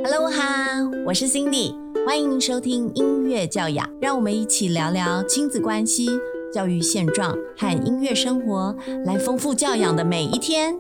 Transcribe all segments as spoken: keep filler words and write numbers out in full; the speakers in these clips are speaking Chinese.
Hello 哈，我是 Cindy， 欢迎收听音乐教养，让我们一起聊聊亲子关系、教育现状和音乐生活，来丰富教养的每一天。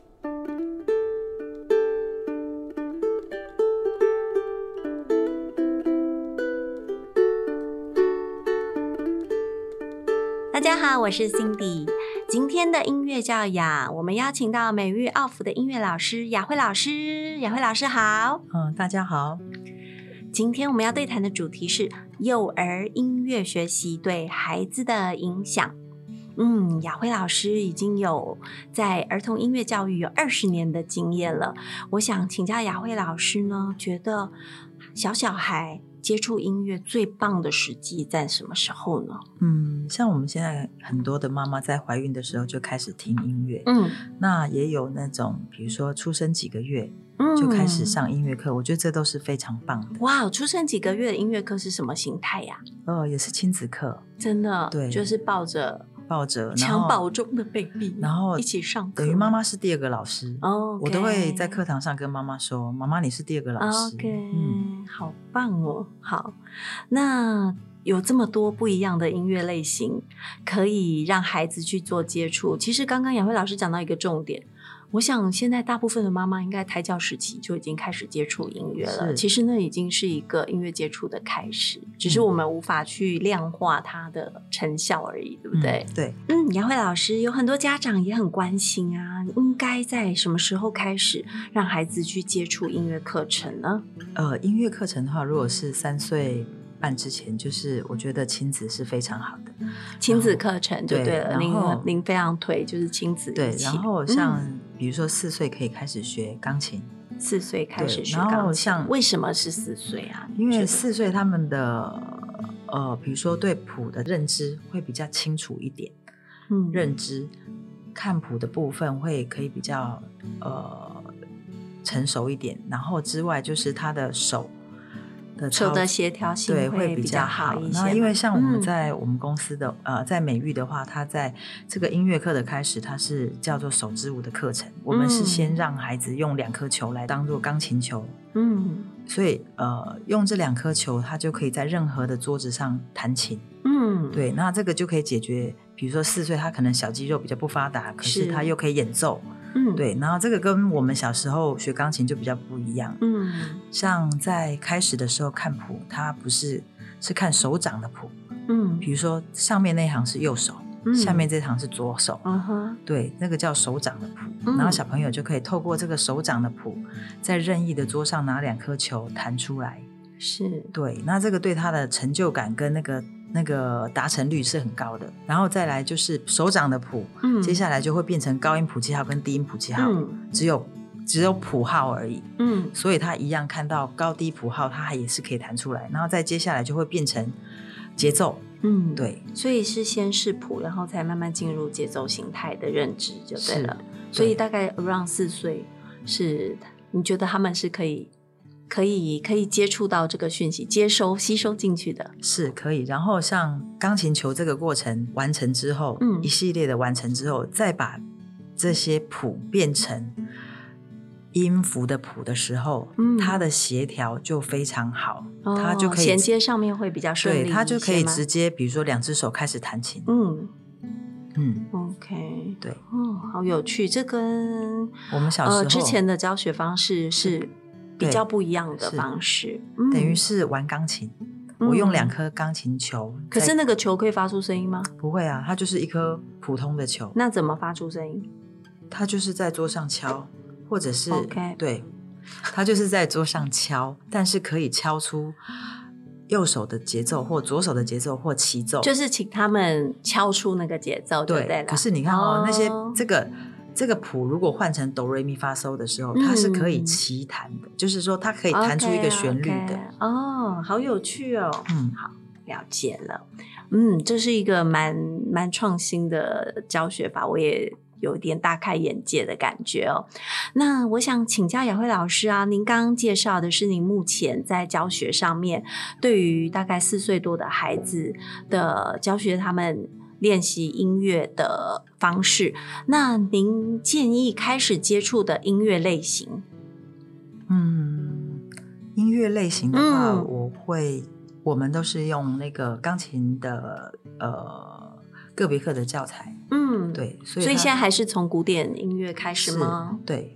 大家好，我是 Cindy。今天的音乐教养，我们邀请到美育奥福的音乐老师雅慧老师。雅慧老师好。 嗯，大家好。 今天我们要对谈的主题是幼儿音乐学习对孩子的影响。嗯，雅慧老师已经有在儿童音乐教育有二十年的经验了。我想请教雅慧老师呢，觉得小小孩接触音乐最棒的时机在什么时候呢？ 嗯，像我们现在很多的妈妈在怀孕的时候就开始听音乐， 嗯， 那也有那种比如说出生几个月、 嗯、 就开始上音乐课，我觉得这都是非常棒的。 哇，出生几个月的音乐课是什么形态呀？ 呃，也是亲子课， 真的， 对， 就是抱着抱着襁褓中的 baby， 然后一起上课， 等于妈妈是第二个老师。 哦、okay ， 我都会在课堂上跟妈妈说，妈妈你是第二个老师。 OK， 嗯， 好棒哦。好，那有这么多不一样的音乐类型可以让孩子去做接触。其实刚刚雅慧老师讲到一个重点，我想现在大部分的妈妈应该胎教时期就已经开始接触音乐了，其实那已经是一个音乐接触的开始，只是我们无法去量化它的成效而已，对不对？ 嗯、对。 嗯，雅慧老师，有很多家长也很关心啊，应该在什么时候开始让孩子去接触音乐课程呢？ 呃，音乐课程的话，如果是三岁半之前，就是我觉得亲子是非常好的， 亲子课程就对了。您您非常推就是亲子一起。 对，然后像、嗯、比如说四岁可以开始学钢琴， 四岁开始学钢琴， 然后像为什么是四岁啊？ 因为四岁他们的呃，比如说对谱的认知会比较清楚一点，嗯，认知看谱的部分会可以比较呃成熟一点，然后之外就是他的手。 手的协调性对会比较好一些。 那因为像我们在我们公司的、嗯、呃，在美育的话，它在这个音乐课的开始，它是叫做手之舞的课程。我们是先让孩子用两颗球来当做钢琴球，嗯，所以呃，用这两颗球，他就可以在任何的桌子上弹琴，嗯，对，那这个就可以解决，比如说四岁他可能小肌肉比较不发达，可是他又可以演奏。嗯，对，然后这个跟我们小时候学钢琴就比较不一样。嗯，像在开始的时候看谱，它不是是看手掌的谱。嗯，比如说上面那一行是右手，嗯、下面这行是左手。嗯哼，对，那个叫手掌的谱。嗯、然后小朋友就可以透过这个手掌的谱，在任意的桌上拿两颗球弹出来。 是， 对，那这个对他的成就感跟那个。那个达成率是很高的，然后再来就是手掌的谱、嗯、接下来就会变成高音谱记号跟低音谱记号、嗯、只有只有谱号而已，嗯，所以他一样看到高低谱号他也是可以弹出来，然后再接下来就会变成节奏，嗯，对， 所以是先视谱然后才慢慢进入节奏形态的认知就对了，所以大概 around 四岁是你觉得他们是可以可以可以接触到这个讯息，接收吸收进去的， 是可以。然后像钢琴球这个过程完成之后、嗯、一系列的完成之后，再把这些谱变成音符的谱的时候、嗯、它的协调就非常好、哦、它就可以衔接上面会比较顺利一些， 对，它就可以直接比如说两只手开始弹琴。嗯嗯 OK， 对， 哦，好有趣，这跟我们小时候、呃、 之前的教学方式是比较不一样的方式、 嗯、等于是玩钢琴、嗯、我用两颗钢琴球， 可是那个球可以发出声音吗？ 不会啊，它就是一颗普通的球。 那怎么发出声音？ 它就是在桌上敲，或者是、 okay. 对，它就是在桌上敲，但是可以敲出右手的节奏或左手的节奏或齐奏， 就是请他们敲出那个节奏就对了。 对，可是你看哦，哦那些这个这个谱如果换成哆瑞咪发嗦的时候、嗯、它是可以齐弹的，就是说它可以弹出一个旋律的。 okay, okay. 哦，好有趣哦。嗯，好，了解了。嗯，这是一个蛮蛮创新的教学法，我也有点大开眼界的感觉哦。那我想请教雅慧老师啊，您刚刚介绍的是您目前在教学上面对于大概四岁多的孩子的教学，他们练习音乐的方式，那您建议开始接触的音乐类型？ 嗯， 音乐类型的话， 嗯我会我们都是用那个钢琴的呃个别课的教材。 嗯， 对，所以所以现在还是从古典音乐开始吗？ 对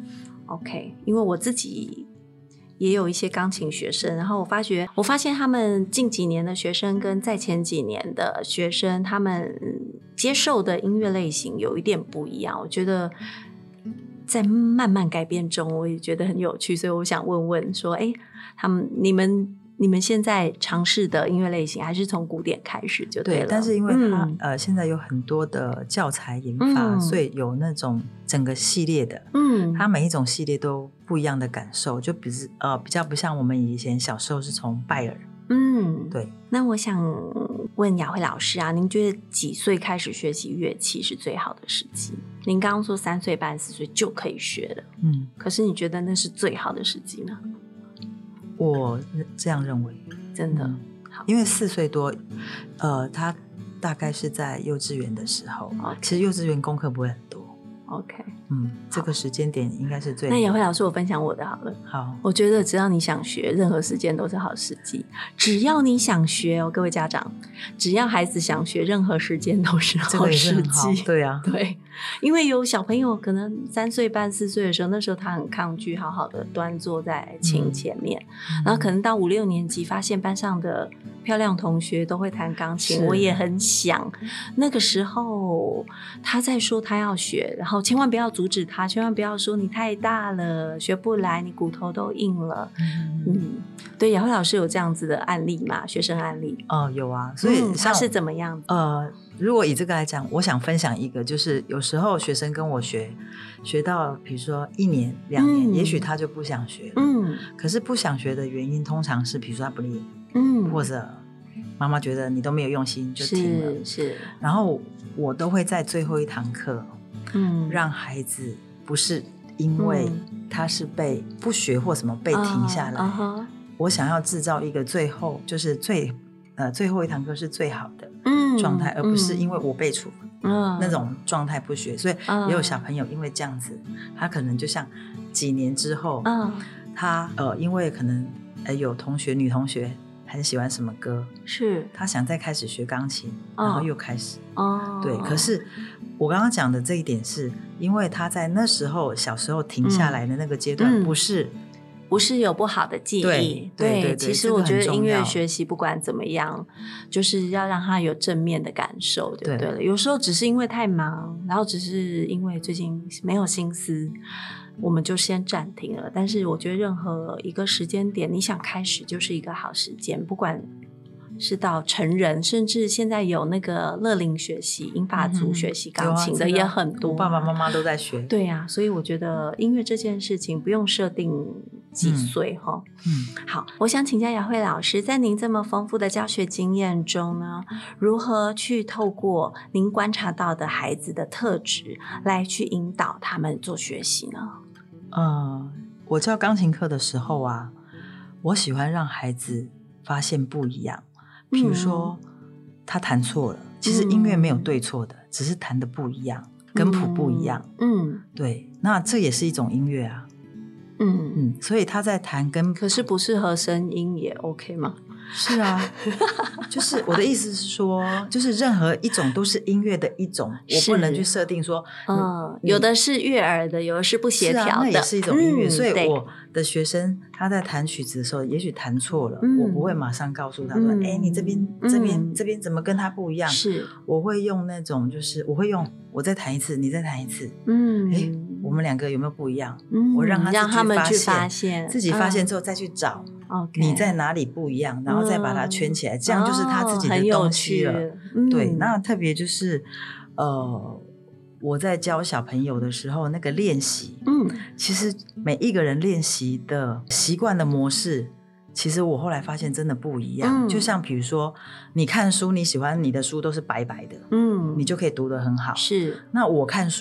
OK， 因为我自己也有一些钢琴学生，然后我发觉，我发现他们近几年的学生跟在前几年的学生，他们接受的音乐类型有一点不一样。我觉得在慢慢改变中，我也觉得很有趣，所以我想问问说，哎，他们你们你们现在尝试的音乐类型，还是从古典开始就对了？ 对，但是因为它、 嗯、 呃现在有很多的教材研发、 嗯， 所以有那种整个系列的， 嗯， 它每一种系列都不一样的感受，就比是呃比较不像我们以前小时候是从拜耳。 嗯， 对。 那我想问雅慧老师啊，您觉得几岁开始学习乐器是最好的时机？您刚刚说三岁半四岁就可以学了，嗯，可是你觉得那是最好的时机呢？ 我这样认为， 真的， 嗯、因为四岁多，呃，他大概是在幼稚园的时候， okay. 其实幼稚园功课不会很多。 OK， 嗯，这个时间点应该是最…… 那雅慧老师，我分享我的好了。 好， 我觉得只要你想学，任何时间都是好时机。只要你想学哦，各位家长，只要孩子想学，任何时间都是好时机。 对啊， 对，因为有小朋友可能三岁半四岁的时候，那时候他很抗拒，好好的端坐在琴前面，嗯、然后可能到五六年级，发现班上的漂亮同学都会弹钢琴，我也很想。那个时候他在说他要学，然后千万不要阻止他，千万不要说你太大了学不来，你骨头都硬了。嗯，嗯对，雅慧老师有这样子的案例吗？学生案例？ 哦，有啊。所以、嗯、 他是怎么样？ 呃，如果以这个来讲，我想分享一个，就是有时候学生跟我学，学到比如说一年两年、嗯，也许他就不想学了。嗯，可是不想学的原因通常是，比如说他不练，嗯，或者妈妈觉得你都没有用心就停了， 是是。然后我都会在最后一堂课，嗯，让孩子不是因为他是被不学或什么被停下来，嗯、我想要制造一个最后就是最呃最后一堂课是最好的状态，嗯、而不是因为我被处罚、嗯、那种状态不学，所以也有小朋友因为这样子，他可能就像几年之后，嗯、他呃因为可能呃有同学女同学很喜欢什么歌， 是他想再开始学钢琴，哦、然后又开始哦，对。可是我刚刚讲的这一点是因为他在那时候小时候停下来的那个阶段，不是、嗯、 不是有不好的记忆，对 对, 对, 对。其实我觉得音乐学习不管怎么样，就是要让他有正面的感受，对不对了？有时候只是因为太忙，然后只是因为最近没有心思，我们就先暂停了。但是我觉得任何一个时间点，你想开始就是一个好时间，不管是到成人，甚至现在有那个乐龄学习、英法族学习钢琴的也很多、啊， 我爸爸妈妈都在学。 对啊，所以我觉得音乐这件事情不用设定几岁哈。嗯，嗯好，我想请教雅慧老师，在您这么丰富的教学经验中呢，如何去透过您观察到的孩子的特质来去引导他们做学习呢？ 呃，我教钢琴课的时候啊，我喜欢让孩子发现不一样。比如说、嗯、他弹错了，其实音乐没有对错的、嗯、只是弹的不一样，跟谱不一样。嗯，对，那这也是一种音乐啊。嗯嗯，所以他在弹跟可是不适合声音也 OK 吗？ 是啊，就是我的意思是说，就是任何一种都是音乐的一种，我不能去设定说， 嗯，有的是悦耳的，有的是不协调的， 是啊，那也是一种音乐、嗯。所以我的学生他在弹曲子的时候，也许弹错了、嗯，我不会马上告诉他说，哎、嗯欸，你这边这边、嗯、这边怎么跟他不一样？是，我会用那种，就是我会用，我再弹一次，你再弹一次，嗯，哎、欸，我们两个有没有不一样？嗯，我让他让他们去发现， 自己发现之后再去找。 嗯你在哪里不一样，然后再把它圈起来、嗯、这样就是他自己的东西了、哦嗯、对，那特别就是呃，我在教小朋友的时候那个练习，嗯，其实每一个人练习的习惯的模式其实我后来发现真的不一样、嗯、就像比如说你看书，你喜欢你的书都是白白的，嗯，你就可以读得很好， 是。 那我看书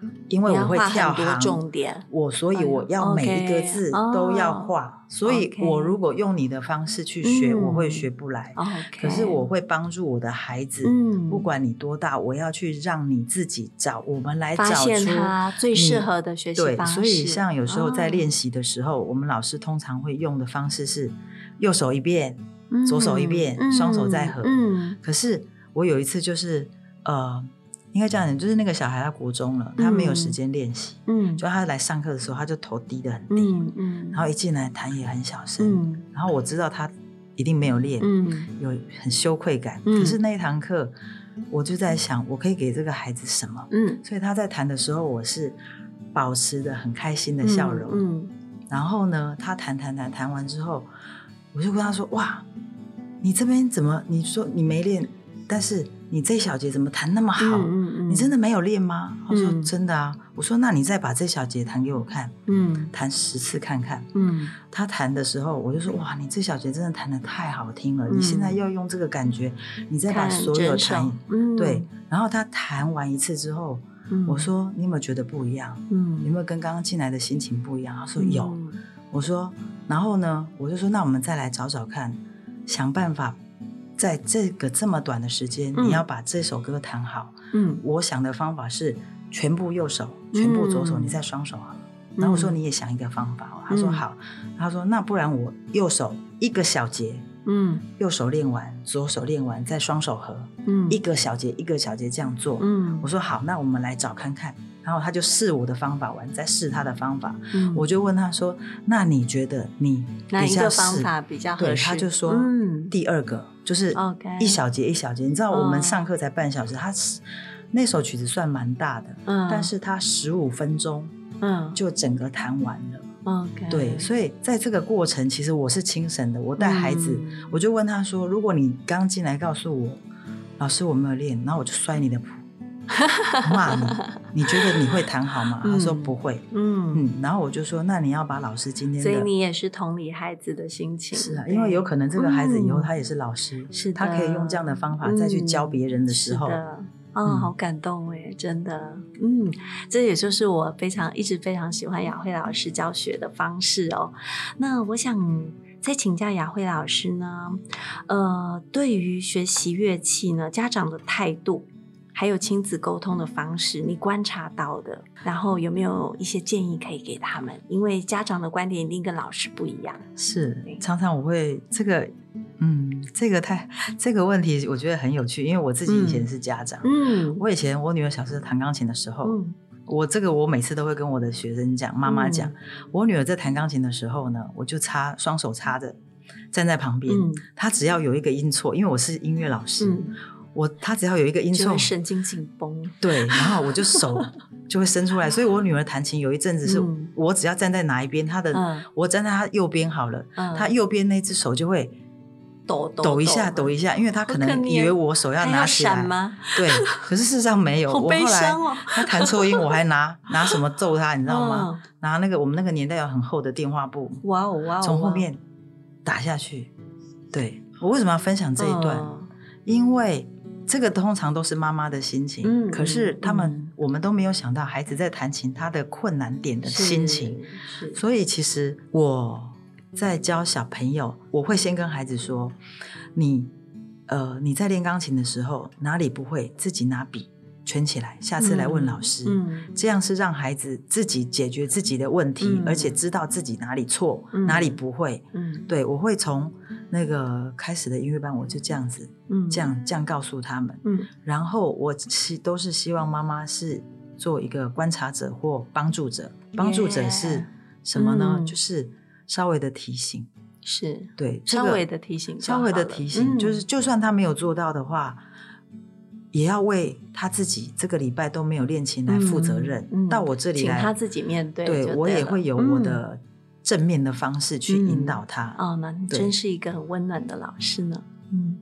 因为我会跳行，重点， 我所以我要每一个字都要画、okay, 所以我如果用你的方式去学、嗯、我会学不来、okay, 可是我会帮助我的孩子、嗯、不管你多大，我要去让你自己找，我们来找出发现他最适合的学习方式。 对，所以像有时候在练习的时候、哦、我们老师通常会用的方式是右手一遍、嗯、左手一遍、嗯、双手再合、嗯、可是我有一次就是呃应该这样讲，就是那个小孩他国中了，他没有时间练习，嗯，就他来上课的时候，他就头低得很低，嗯嗯，然后一进来弹也很小声，嗯，然后我知道他一定没有练，嗯，有很羞愧感，嗯，可是那一堂课我就在想，我可以给这个孩子什么，嗯，所以他在弹的时候，我是保持着很开心的笑容，嗯，嗯然后呢，他弹弹弹弹完之后，我就跟他说，哇，你这边怎么？你说你没练，但是你这一小节怎么弹那么好、嗯嗯嗯、你真的没有练吗？他说、嗯、真的啊。我说那你再把这小节弹给我看，嗯，弹十次看看，嗯，他弹的时候我就说哇，你这小节真的弹得太好听了、嗯、你现在要用这个感觉，你再把所有弹、嗯、对，然后他弹完一次之后、嗯、我说你有没有觉得不一样？嗯，有没有跟刚刚进来的心情不一样？他说有、嗯、我说然后呢我就说那我们再来找找看，想办法在这个这么短的时间、嗯、你要把这首歌弹好、嗯、我想的方法是全部右手全部左手、嗯、你再双手好了、嗯、然后我说你也想一个方法、嗯、他说好，他说那不然我右手一个小节、嗯、右手练完左手练完再双手合、嗯、一个小节一个小节这样做、嗯、我说好，那我们来找看看，然后他就试我的方法完再试他的方法、嗯、我就问他说那你觉得你哪一个方法比较合适？ 他就说、嗯、第二个就是一小节一小节、okay. 你知道我们上课才半小时、哦、他那首曲子算蛮大的、嗯、但是他十五分钟就整个弹完了、嗯、对，所以在这个过程其实我是精神的，我带孩子、嗯、我就问他说如果你刚进来告诉我老师我没有练，然后我就摔你的谱骂你，你觉得你会弹好吗？他说不会，嗯嗯，然后我就说那你要把老师今天的， 所以你也是同理孩子的心情， 是啊，因为有可能这个孩子以后他也是老师，是、嗯、他可以用这样的方法再去教别人的时候，嗯、是的哦、嗯，好感动耶，真的，嗯，这也就是我非常一直非常喜欢雅慧老师教学的方式哦。那我想再请教雅慧老师呢，呃，对于学习乐器呢，家长的态度还有亲子沟通的方式你观察到的，然后有没有一些建议可以给他们？因为家长的观点一定跟老师不一样， 是常常我会这个嗯，这个太这个问题我觉得很有趣，因为我自己以前是家长，嗯，我以前我女儿小时候弹钢琴的时候、嗯、我这个我每次都会跟我的学生讲，妈妈讲、嗯、我女儿在弹钢琴的时候呢，我就插双手插着站在旁边、嗯、她只要有一个音错，因为我是音乐老师、嗯，我他只要有一个音错， 就会神经紧绷， 对，然后我就手就会伸出来，所以我女儿弹琴有一阵子是、嗯、我只要站在哪一边，她的、嗯、我站在她右边好了，嗯、她右边那只手就会抖抖抖一下抖一下，因为她可能以为我手要拿起来， 闪吗？ 对，可是事实上没有。 好悲伤哦！ 我后来她弹错音，我还拿拿什么揍她，你知道吗？嗯、拿那个我们那个年代有很厚的电话布， 哇哦哇哦， 从后面打下去。对，我为什么要分享这一段？嗯、因为这个通常都是妈妈的心情、嗯、可是他们、嗯、我们都没有想到孩子在弹琴他的困难点的心情，所以其实我在教小朋友，我会先跟孩子说你呃你在练钢琴的时候哪里不会自己拿笔圈起来，下次来问老师、嗯嗯、这样是让孩子自己解决自己的问题、嗯、而且知道自己哪里错、嗯、哪里不会、嗯、对，我会从那个开始的音乐班我就这样子、嗯、这样这样告诉他们、嗯、然后我都是希望妈妈是做一个观察者或帮助者，帮助者是什么呢、嗯、就是稍微的提醒， 是对、 这个、稍微的提醒稍微的提醒、嗯、就是就算他没有做到的话也要为他自己这个礼拜都没有练琴来负责任、嗯嗯、到我这里来请他自己面对， 对， 对我也会有我的正面的方式去引导他、 嗯、哦，那真是一个很温暖的老师呢。嗯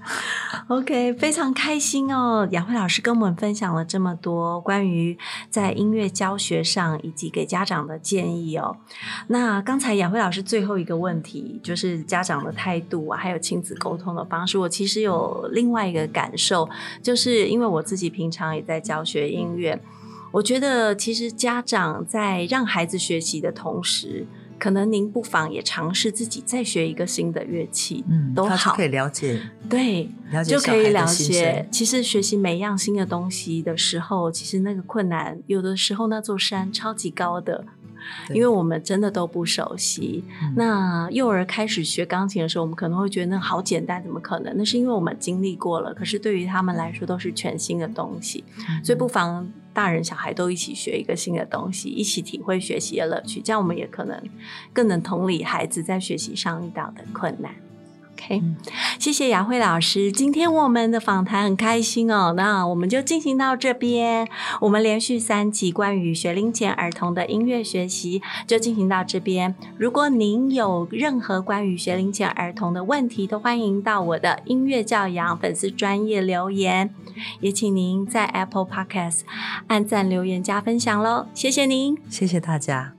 OK， 非常开心哦，雅慧老师跟我们分享了这么多关于在音乐教学上以及给家长的建议哦。那刚才雅慧老师最后一个问题就是家长的态度啊，还有亲子沟通的方式，我其实有另外一个感受，就是因为我自己平常也在教学音乐， 我觉得其实家长在让孩子学习的同时，可能您不妨也尝试自己再学一个新的乐器， 嗯， 都好， 他就可以了解， 对， 了解就可以了小孩的心解。 声。 其实学习每样新的东西的时候，其实那个困难，有的时候那座山超级高的。因为我们真的都不熟悉、嗯、那幼儿开始学钢琴的时候，我们可能会觉得那好简单，怎么可能？那是因为我们经历过了，可是对于他们来说都是全新的东西、嗯、所以不妨大人小孩都一起学一个新的东西，一起体会学习的乐趣，这样我们也可能更能同理孩子在学习上遇到的困难。OK，、嗯、谢谢雅慧老师，今天我们的访谈很开心哦。那我们就进行到这边，我们连续三集关于学龄前儿童的音乐学习就进行到这边。如果您有任何关于学龄前儿童的问题，都欢迎到我的音乐教养粉丝专页留言，也请您在 Apple Podcast 按赞留言加分享咯。谢谢您， 谢谢大家。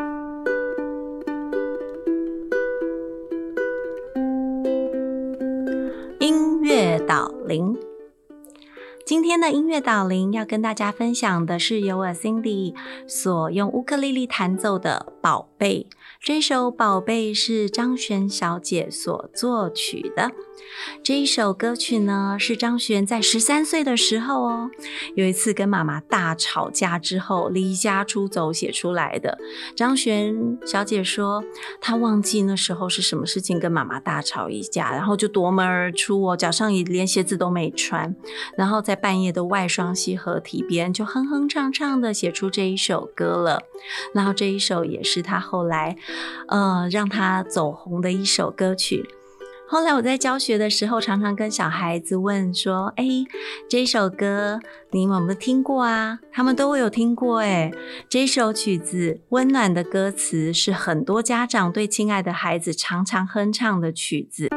音乐导聆，今天的音乐导聆要跟大家分享的是由我 Cindy 所用乌克丽丽弹奏的《宝贝》。这首《宝贝》是张悬小姐所作曲的。这一首歌曲呢，是张悬在十三岁的时候哦，有一次跟妈妈大吵架之后离家出走写出来的。张悬小姐说，她忘记那时候是什么事情跟妈妈大吵一架，然后就夺门而出哦，脚上也连鞋子都没穿，然后在半夜的外双溪河堤边就哼哼唱唱的写出这一首歌了。然后这一首也是她后来呃让她走红的一首歌曲。后来我在教学的时候，常常跟小孩子问说，哎，这首歌你们有没有听过啊？他们都会有听过哎。这首曲子温暖的歌词是很多家长对亲爱的孩子常常哼唱的曲子。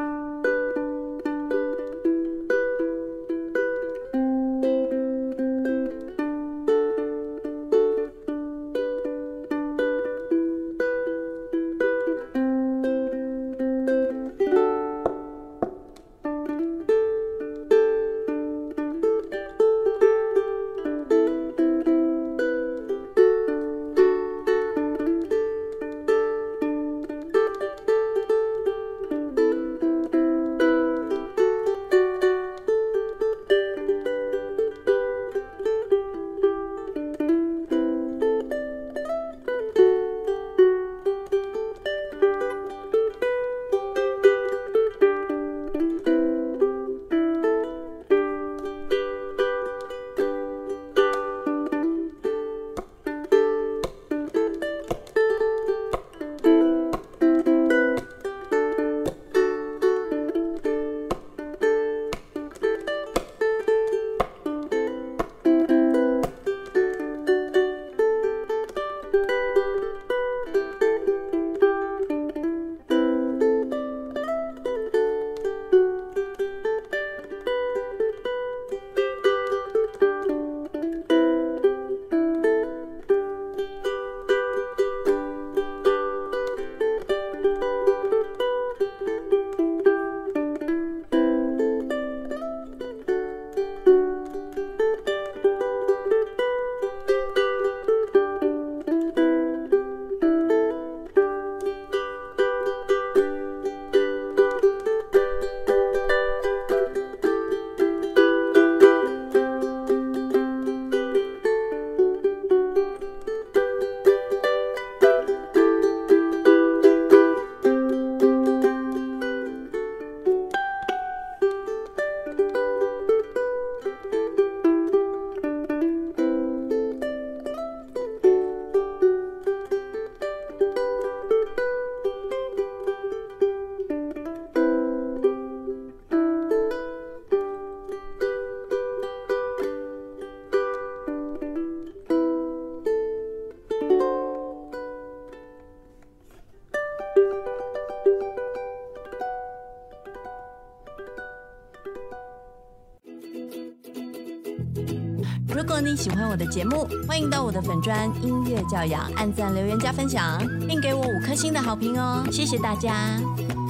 如果你喜欢我的节目，欢迎到我的粉专音乐教养按赞留言加分享，并给我五颗星的好评哦，谢谢大家。